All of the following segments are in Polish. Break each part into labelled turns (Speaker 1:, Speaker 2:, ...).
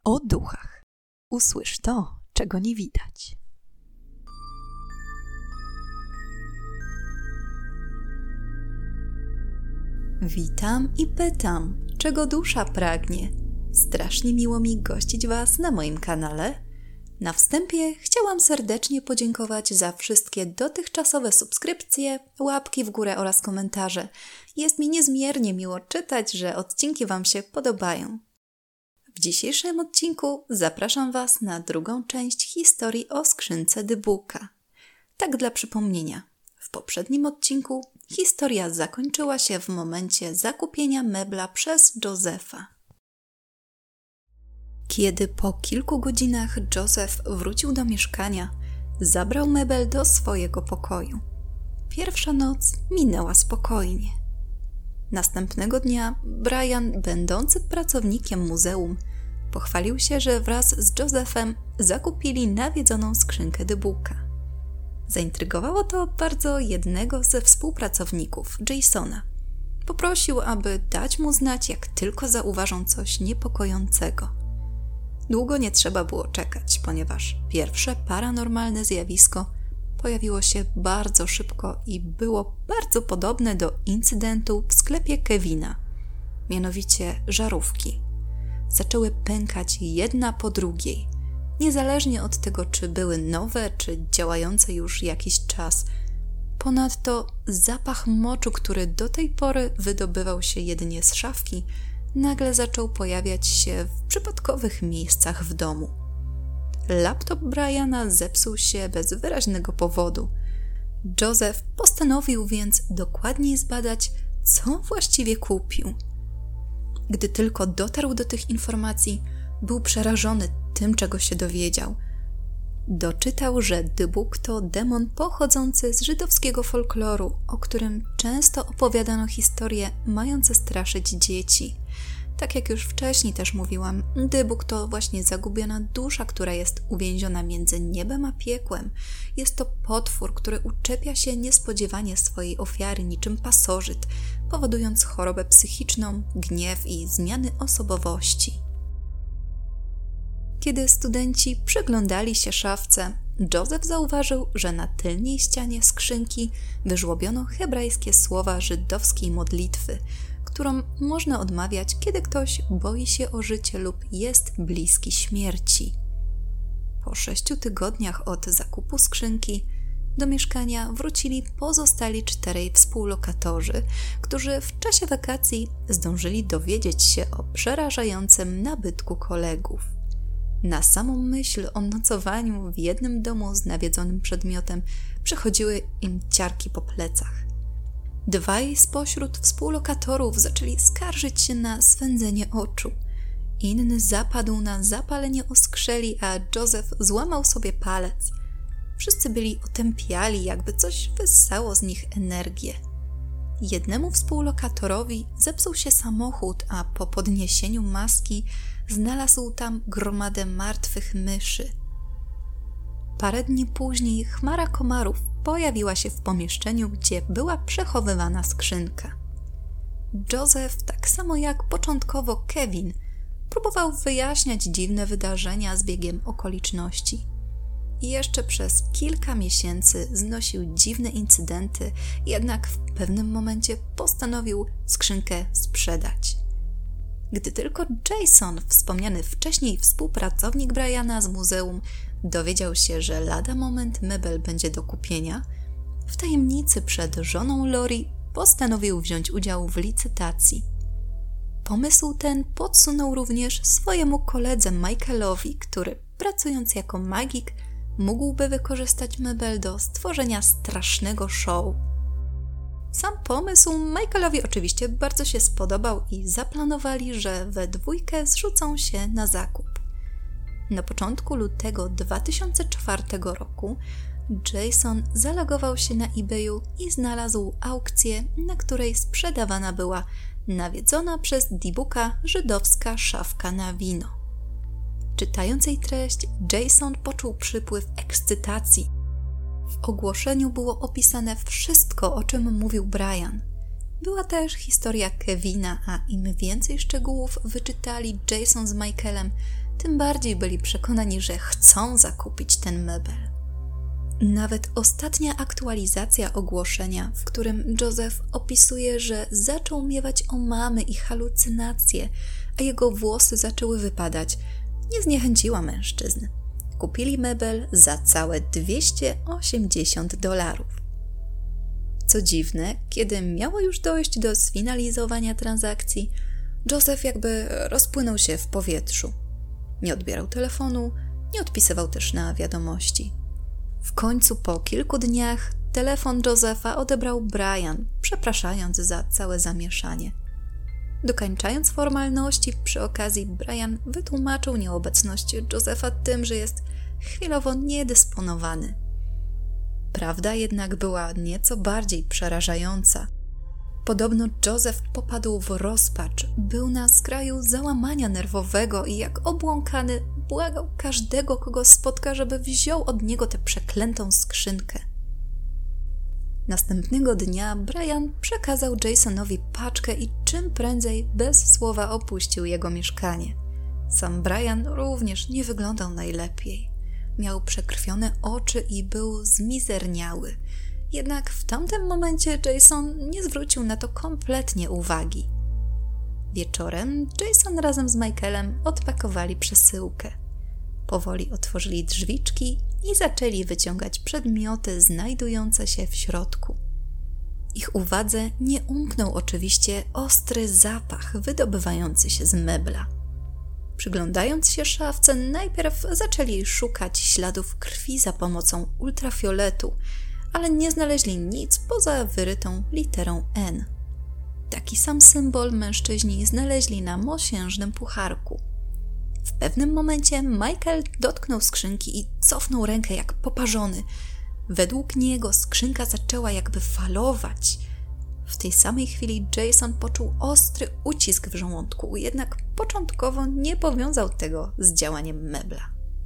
Speaker 1: O duchach. Usłysz to, czego nie widać. Witam i pytam, czego dusza pragnie. Strasznie miło mi gościć Was na moim kanale. Na wstępie chciałam serdecznie podziękować za wszystkie dotychczasowe subskrypcje, łapki w górę oraz komentarze. Jest mi niezmiernie miło czytać, że odcinki Wam się podobają. W dzisiejszym odcinku zapraszam Was na drugą część historii o skrzynce Dybuka. Tak dla przypomnienia, w poprzednim odcinku historia zakończyła się w momencie zakupienia mebla przez Josepha. Kiedy po kilku godzinach Joseph wrócił do mieszkania, zabrał mebel do swojego pokoju. Pierwsza noc minęła spokojnie. Następnego dnia Brian, będący pracownikiem muzeum, pochwalił się, że wraz z Josephem zakupili nawiedzoną skrzynkę Dybuka. Zaintrygowało to bardzo jednego ze współpracowników, Jasona. Poprosił, aby dać mu znać, jak tylko zauważą coś niepokojącego. Długo nie trzeba było czekać, ponieważ pierwsze paranormalne zjawisko pojawiło się bardzo szybko i było bardzo podobne do incydentu w sklepie Kevina, mianowicie żarówki. Zaczęły pękać jedna po drugiej, niezależnie od tego, czy były nowe, czy działające już jakiś czas. Ponadto zapach moczu, który do tej pory wydobywał się jedynie z szafki, nagle zaczął pojawiać się w przypadkowych miejscach w domu. Laptop Briana zepsuł się bez wyraźnego powodu. Joseph postanowił więc dokładniej zbadać, co właściwie kupił. Gdy tylko dotarł do tych informacji, był przerażony tym, czego się dowiedział. Doczytał, że Dybuk to demon pochodzący z żydowskiego folkloru, o którym często opowiadano historie mające straszyć dzieci. Tak jak już wcześniej też mówiłam, Dybuk to właśnie zagubiona dusza, która jest uwięziona między niebem a piekłem. Jest to potwór, który uczepia się niespodziewanie swojej ofiary niczym pasożyt, powodując chorobę psychiczną, gniew i zmiany osobowości. Kiedy studenci przyglądali się szafce, Joseph zauważył, że na tylnej ścianie skrzynki wyżłobiono hebrajskie słowa żydowskiej modlitwy, którą można odmawiać, kiedy ktoś boi się o życie lub jest bliski śmierci. Po 6 tygodniach od zakupu skrzynki do mieszkania wrócili pozostali 4 współlokatorzy, którzy w czasie wakacji zdążyli dowiedzieć się o przerażającym nabytku kolegów. Na samą myśl o nocowaniu w jednym domu z nawiedzonym przedmiotem przechodziły im ciarki po plecach. 2 spośród współlokatorów zaczęli skarżyć się na swędzenie oczu. Inny zapadł na zapalenie oskrzeli, a Joseph złamał sobie palec. Wszyscy byli otępiali, jakby coś wyssało z nich energię. Jednemu współlokatorowi zepsuł się samochód, a po podniesieniu maski znalazł tam gromadę martwych myszy. Parę dni później chmara komarów pojawiła się w pomieszczeniu, gdzie była przechowywana skrzynka. Joseph, tak samo jak początkowo Kevin, próbował wyjaśniać dziwne wydarzenia z biegiem okoliczności. I jeszcze przez kilka miesięcy znosił dziwne incydenty, jednak w pewnym momencie postanowił skrzynkę sprzedać. Gdy tylko Jason, wspomniany wcześniej współpracownik Briana z muzeum, dowiedział się, że lada moment mebel będzie do kupienia, w tajemnicy przed żoną Lori postanowił wziąć udział w licytacji. Pomysł ten podsunął również swojemu koledze Michaelowi, który, pracując jako magik, mógłby wykorzystać mebel do stworzenia strasznego show. Sam pomysł Michaelowi oczywiście bardzo się spodobał i zaplanowali, że we dwójkę zrzucą się na zakup. Na początku lutego 2004 roku Jason zalogował się na eBayu i znalazł aukcję, na której sprzedawana była nawiedzona przez Dybuka żydowska szafka na wino. Czytając jej treść, Jason poczuł przypływ ekscytacji. W ogłoszeniu było opisane wszystko, o czym mówił Brian. Była też historia Kevina, a im więcej szczegółów wyczytali Jason z Michaelem, tym bardziej byli przekonani, że chcą zakupić ten mebel. Nawet ostatnia aktualizacja ogłoszenia, w którym Joseph opisuje, że zaczął miewać omamy i halucynacje, a jego włosy zaczęły wypadać, nie zniechęciła mężczyzn. Kupili mebel za całe $280. Co dziwne, kiedy miało już dojść do sfinalizowania transakcji, Joseph jakby rozpłynął się w powietrzu. Nie odbierał telefonu, nie odpisywał też na wiadomości. W końcu po kilku dniach telefon Josepha odebrał Brian, przepraszając za całe zamieszanie. Dokańczając formalności przy okazji, Brian wytłumaczył nieobecność Josepha tym, że jest chwilowo niedysponowany. Prawda jednak była nieco bardziej przerażająca. Podobno Joseph popadł w rozpacz, był na skraju załamania nerwowego i jak obłąkany błagał każdego, kogo spotka, żeby wziął od niego tę przeklętą skrzynkę. Następnego dnia Brian przekazał Jasonowi paczkę i czym prędzej bez słowa opuścił jego mieszkanie. Sam Brian również nie wyglądał najlepiej. Miał przekrwione oczy i był zmizerniały. Jednak w tamtym momencie Jason nie zwrócił na to kompletnie uwagi. Wieczorem Jason razem z Michaelem odpakowali przesyłkę. Powoli otworzyli drzwiczki i zaczęli wyciągać przedmioty znajdujące się w środku. Ich uwadze nie umknął oczywiście ostry zapach wydobywający się z mebla. Przyglądając się szafce, najpierw zaczęli szukać śladów krwi za pomocą ultrafioletu, ale nie znaleźli nic poza wyrytą literą N. Taki sam symbol mężczyźni znaleźli na mosiężnym pucharku. W pewnym momencie Michael dotknął skrzynki i cofnął rękę jak poparzony. Według niego skrzynka zaczęła jakby falować. W tej samej chwili Jason poczuł ostry ucisk w żołądku, jednak początkowo nie powiązał tego z działaniem mebla.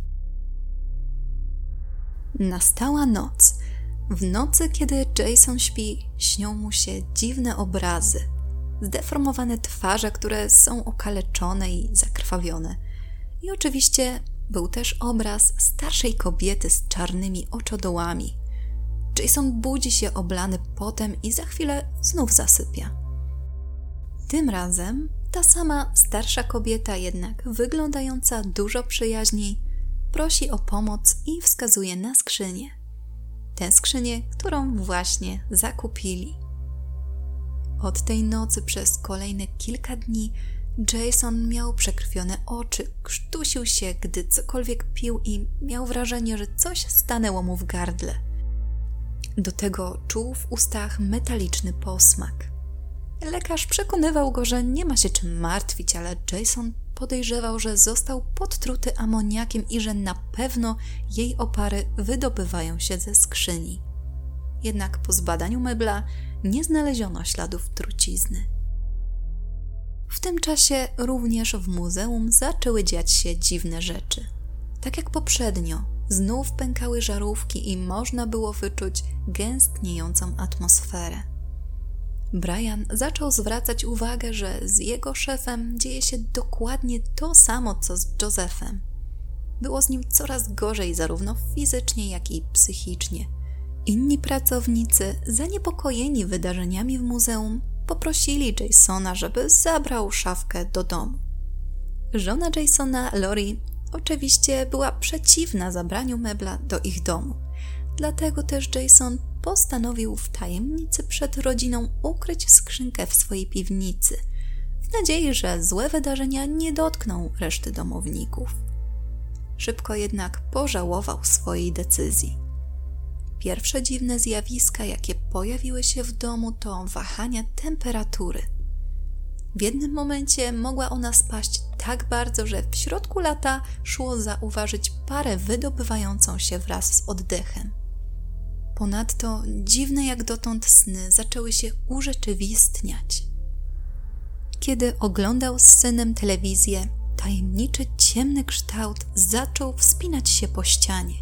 Speaker 1: Nastała noc. W nocy, kiedy Jason śpi, śnią mu się dziwne obrazy. Zdeformowane twarze, które są okaleczone i zakrwawione. I oczywiście był też obraz starszej kobiety z czarnymi oczodołami. Jason budzi się oblany potem i za chwilę znów zasypia. Tym razem ta sama starsza kobieta, jednak wyglądająca dużo przyjaźniej, prosi o pomoc i wskazuje na skrzynię. Tę skrzynię, którą właśnie zakupili. Od tej nocy przez kolejne kilka dni Jason miał przekrwione oczy, krztusił się, gdy cokolwiek pił i miał wrażenie, że coś stanęło mu w gardle. Do tego czuł w ustach metaliczny posmak. Lekarz przekonywał go, że nie ma się czym martwić, ale Jason podejrzewał, że został podtruty amoniakiem i że na pewno jej opary wydobywają się ze skrzyni. Jednak po zbadaniu mebla nie znaleziono śladów trucizny. W tym czasie również w muzeum zaczęły dziać się dziwne rzeczy. Tak jak poprzednio, znów pękały żarówki i można było wyczuć gęstniejącą atmosferę. Brian zaczął zwracać uwagę, że z jego szefem dzieje się dokładnie to samo, co z Josephem. Było z nim coraz gorzej zarówno fizycznie, jak i psychicznie. Inni pracownicy, zaniepokojeni wydarzeniami w muzeum, poprosili Jasona, żeby zabrał szafkę do domu. Żona Jasona, Lori, oczywiście była przeciwna zabraniu mebla do ich domu. Dlatego też Jason postanowił w tajemnicy przed rodziną ukryć skrzynkę w swojej piwnicy, w nadziei, że złe wydarzenia nie dotkną reszty domowników. Szybko jednak pożałował swojej decyzji. Pierwsze dziwne zjawiska, jakie pojawiły się w domu, to wahania temperatury. W jednym momencie mogła ona spaść tak bardzo, że w środku lata szło zauważyć parę wydobywającą się wraz z oddechem. Ponadto dziwne jak dotąd sny zaczęły się urzeczywistniać. Kiedy oglądał z synem telewizję, tajemniczy, ciemny kształt zaczął wspinać się po ścianie.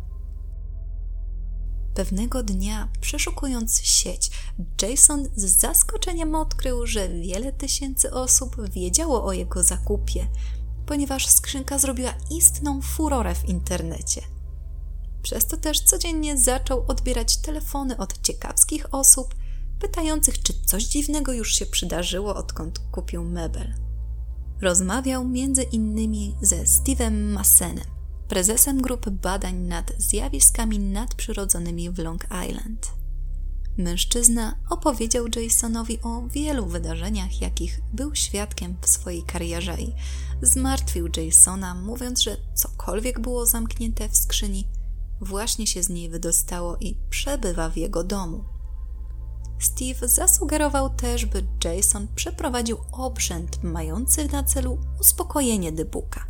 Speaker 1: Pewnego dnia, przeszukując sieć, Jason z zaskoczeniem odkrył, że wiele tysięcy osób wiedziało o jego zakupie. ponieważ skrzynka zrobiła istną furorę w internecie. Przez to też codziennie zaczął odbierać telefony od ciekawskich osób, pytających, czy coś dziwnego już się przydarzyło, odkąd kupił mebel. Rozmawiał między innymi ze Steve'em Massenem, prezesem grupy badań nad zjawiskami nadprzyrodzonymi w Long Island. Mężczyzna opowiedział Jasonowi o wielu wydarzeniach, jakich był świadkiem w swojej karierze i zmartwił Jasona, mówiąc, że cokolwiek było zamknięte w skrzyni, właśnie się z niej wydostało i przebywa w jego domu. Steve zasugerował też, by Jason przeprowadził obrzęd mający na celu uspokojenie Dybuka.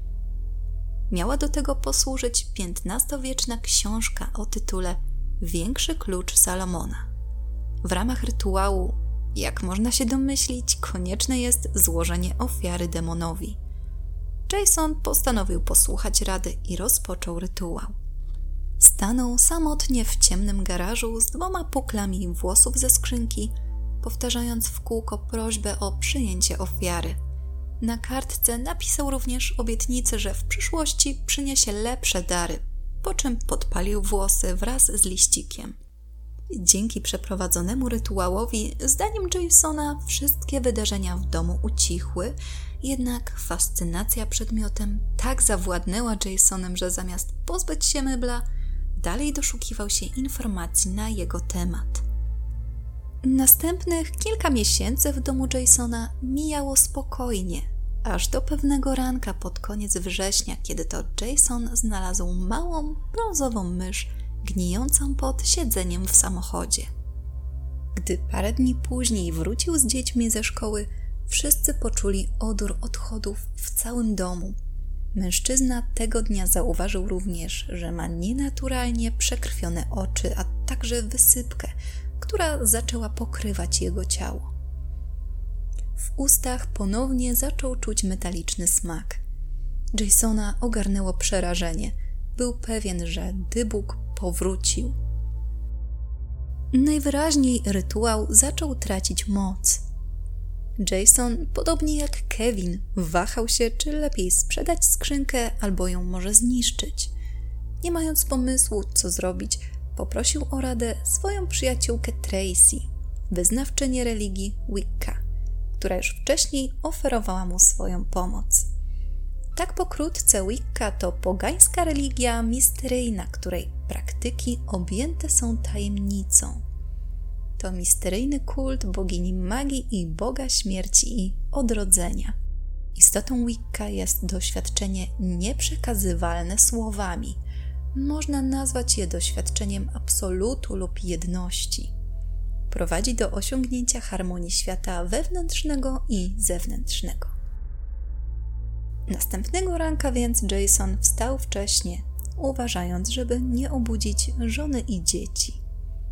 Speaker 1: Miała do tego posłużyć XV-wieczna książka o tytule Większy klucz Salomona. W ramach rytuału, jak można się domyślić, konieczne jest złożenie ofiary demonowi. Jason postanowił posłuchać rady i rozpoczął rytuał. Stanął samotnie w ciemnym garażu z 2 puklami włosów ze skrzynki, powtarzając w kółko prośbę o przyjęcie ofiary. Na kartce napisał również obietnicę, że w przyszłości przyniesie lepsze dary, po czym podpalił włosy wraz z liścikiem. Dzięki przeprowadzonemu rytuałowi, zdaniem Jasona, wszystkie wydarzenia w domu ucichły, jednak fascynacja przedmiotem tak zawładnęła Jasonem, że zamiast pozbyć się mebla, dalej doszukiwał się informacji na jego temat. Następnych kilka miesięcy w domu Jasona mijało spokojnie, aż do pewnego ranka pod koniec września, kiedy to Jason znalazł małą, brązową mysz gnijącą pod siedzeniem w samochodzie. Gdy parę dni później wrócił z dziećmi ze szkoły, wszyscy poczuli odór odchodów w całym domu. Mężczyzna tego dnia zauważył również, że ma nienaturalnie przekrwione oczy, a także wysypkę, która zaczęła pokrywać jego ciało. W ustach ponownie zaczął czuć metaliczny smak. Jasona ogarnęło przerażenie. Był pewien, że Dybuk powrócił. Najwyraźniej rytuał zaczął tracić moc. Jason, podobnie jak Kevin, wahał się, czy lepiej sprzedać skrzynkę albo ją może zniszczyć. Nie mając pomysłu, co zrobić, poprosił o radę swoją przyjaciółkę Tracy, wyznawczynię religii Wicca, która już wcześniej oferowała mu swoją pomoc. Tak pokrótce, Wicca to pogańska religia misteryjna, której praktyki objęte są tajemnicą. To misteryjny kult bogini magii i boga śmierci i odrodzenia. Istotą Wicca jest doświadczenie nieprzekazywalne słowami. Można nazwać je doświadczeniem absolutu lub jedności. Prowadzi do osiągnięcia harmonii świata wewnętrznego i zewnętrznego. Następnego ranka więc Jason wstał wcześnie, uważając, żeby nie obudzić żony i dzieci.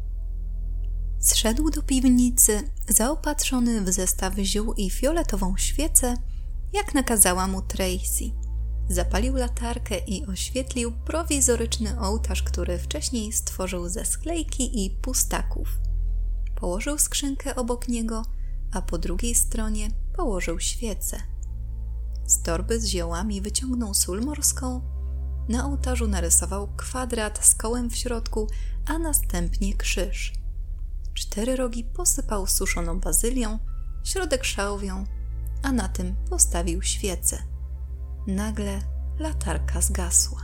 Speaker 1: Zszedł do piwnicy, zaopatrzony w zestaw ziół i fioletową świecę, jak nakazała mu Tracy. Zapalił latarkę i oświetlił prowizoryczny ołtarz, który wcześniej stworzył ze sklejki i pustaków. Położył skrzynkę obok niego, a po drugiej stronie położył świecę. Z torby z ziołami wyciągnął sól morską, na ołtarzu narysował kwadrat z kołem w środku, a następnie krzyż. 4 rogi posypał suszoną bazylią, środek szałwią, a na tym postawił świecę. Nagle latarka zgasła.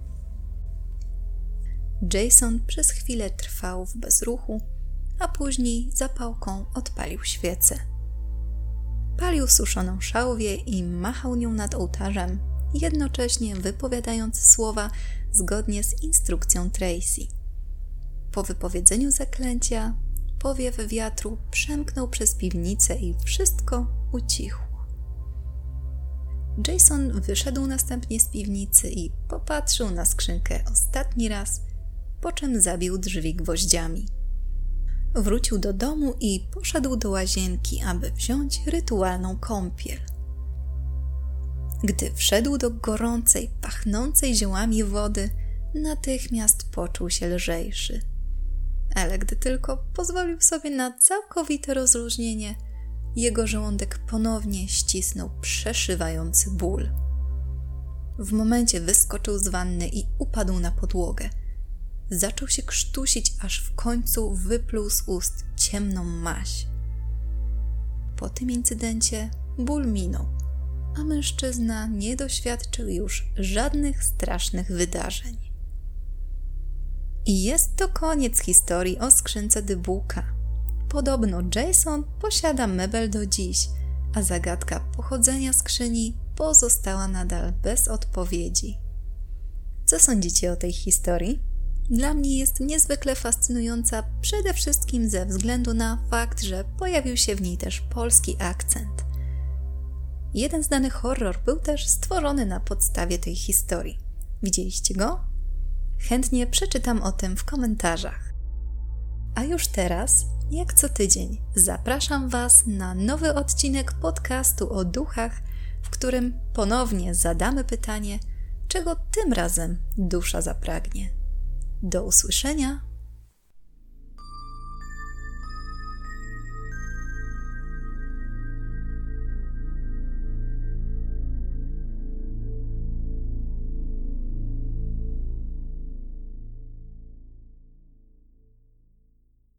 Speaker 1: Jason przez chwilę trwał w bezruchu, a później zapałką odpalił świecę. Palił suszoną szałwię i machał nią nad ołtarzem, jednocześnie wypowiadając słowa zgodnie z instrukcją Tracy. Po wypowiedzeniu zaklęcia powiew wiatru przemknął przez piwnicę i wszystko ucichło. Jason wyszedł następnie z piwnicy i popatrzył na skrzynkę ostatni raz, po czym zabił drzwi gwoździami. Wrócił do domu i poszedł do łazienki, aby wziąć rytualną kąpiel. Gdy wszedł do gorącej, pachnącej ziołami wody, natychmiast poczuł się lżejszy. Ale gdy tylko pozwolił sobie na całkowite rozluźnienie, jego żołądek ponownie ścisnął przeszywający ból. W momencie wyskoczył z wanny i upadł na podłogę. Zaczął się krztusić, aż w końcu wypluł z ust ciemną maź. Po tym incydencie ból minął, a mężczyzna nie doświadczył już żadnych strasznych wydarzeń. I jest to koniec historii o skrzynce Dybułka. Podobno Jason posiada mebel do dziś, a zagadka pochodzenia skrzyni pozostała nadal bez odpowiedzi. Co sądzicie o tej historii? Dla mnie jest niezwykle fascynująca przede wszystkim ze względu na fakt, że pojawił się w niej też polski akcent. Jeden znany horror był też stworzony na podstawie tej historii. Widzieliście go? Chętnie przeczytam o tym w komentarzach. A już teraz, jak co tydzień, zapraszam Was na nowy odcinek podcastu o duchach, w którym ponownie zadamy pytanie, czego tym razem dusza zapragnie. Do usłyszenia!